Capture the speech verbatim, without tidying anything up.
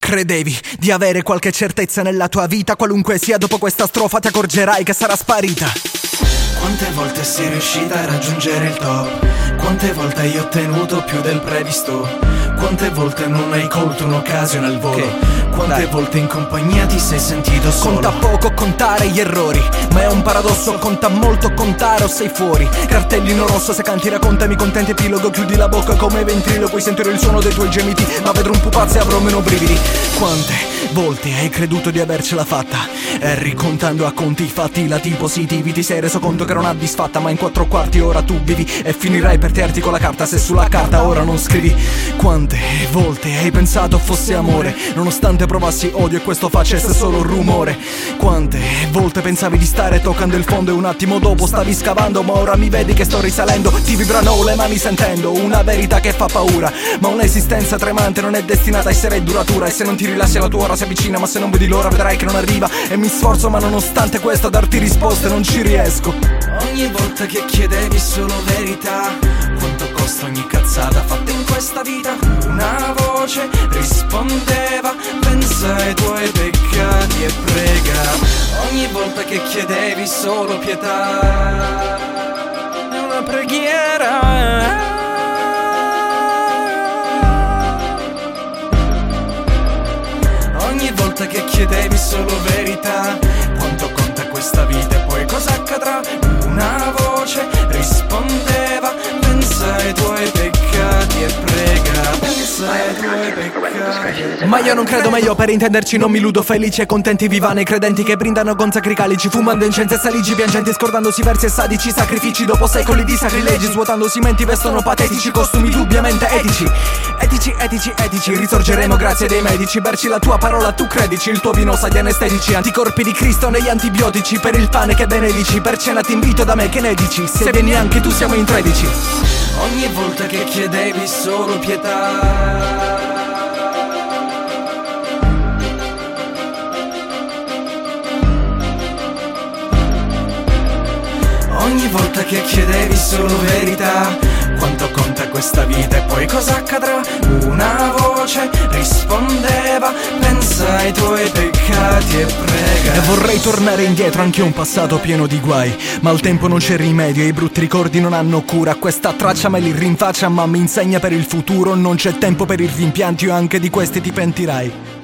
Credevi di avere qualche certezza nella tua vita, qualunque sia, dopo questa strofa ti accorgerai che sarà sparita. Quante volte sei riuscita a raggiungere il top? Quante volte hai ottenuto più del previsto? Quante volte non hai colto un'occasione al volo? Che? Quante Dai. volte in compagnia ti sei sentito solo? Conta poco contare gli errori, ma è un paradosso, conta molto contare o sei fuori. Cartellino rosso, se canti raccontami contento epilogo, chiudi la bocca come ventriloqui, sentirò il suono dei tuoi gemiti, ma vedrò un pupazzo e avrò meno brividi. Quante volte hai creduto di avercela fatta? E ricontando a conti i fatti, i lati positivi, ti sei reso conto che era una disfatta, ma in quattro quarti ora tu vivi e finirai per tearti con la carta se sulla carta ora non scrivi. Quante volte hai pensato fosse amore, nonostante provassi odio e questo facesse solo rumore? Quante volte pensavi di stare toccando il fondo e un attimo dopo stavi scavando, ma ora mi vedi che sto risalendo, ti vibrano le mani sentendo una verità che fa paura, ma un'esistenza tremante non è destinata a essere duratura, e se non ti rilassi la tua ora si avvicina, ma se non vedi l'ora vedrai che non arriva, e mi sforzo ma nonostante questo a darti risposte non ci riesco. Ogni volta che chiedevi solo verità, quanto costa ogni cazzata fatta in questa vita? Una voce rispondeva, pensa ai tuoi peccati e prega. Ogni volta che chiedevi solo pietà, è una preghiera. Ogni volta che chiedevi solo verità, quanto conta questa vita e poi cosa accadrà? Una voce rispondeva, pensa ai tuoi peccati e prega, pensa ai tuoi peccati. Ma io non credo, meglio per intenderci non mi illudo, felici e contenti vivane credenti che brindano con sacricalici, fumando incensi e saligi piangenti, scordandosi versi e sadici, sacrifici dopo secoli di sacrilegi, svuotandosi menti, vestono patetici, costumi dubbiamente etici. Etici, etici, etici, risorgeremo grazie dei medici, berci la tua parola, tu credici, il tuo vino sa di anestetici, anticorpi di Cristo negli antibiotici, per il pane che benedici, per cena ti invito da me, che ne dici? Se vieni anche tu siamo in tredici. Ogni volta che chiedevi solo pietà, ogni volta che chiedevi solo verità, quanto conta questa vita e poi cosa accadrà? Una voce rispondeva, pensa ai tuoi peccati e prega. E vorrei tornare indietro, anche un passato pieno di guai, ma al tempo non c'è rimedio e i brutti ricordi non hanno cura. Questa traccia me li rinfaccia ma mi insegna per il futuro, non c'è tempo per i rimpianti o anche di questi ti pentirai.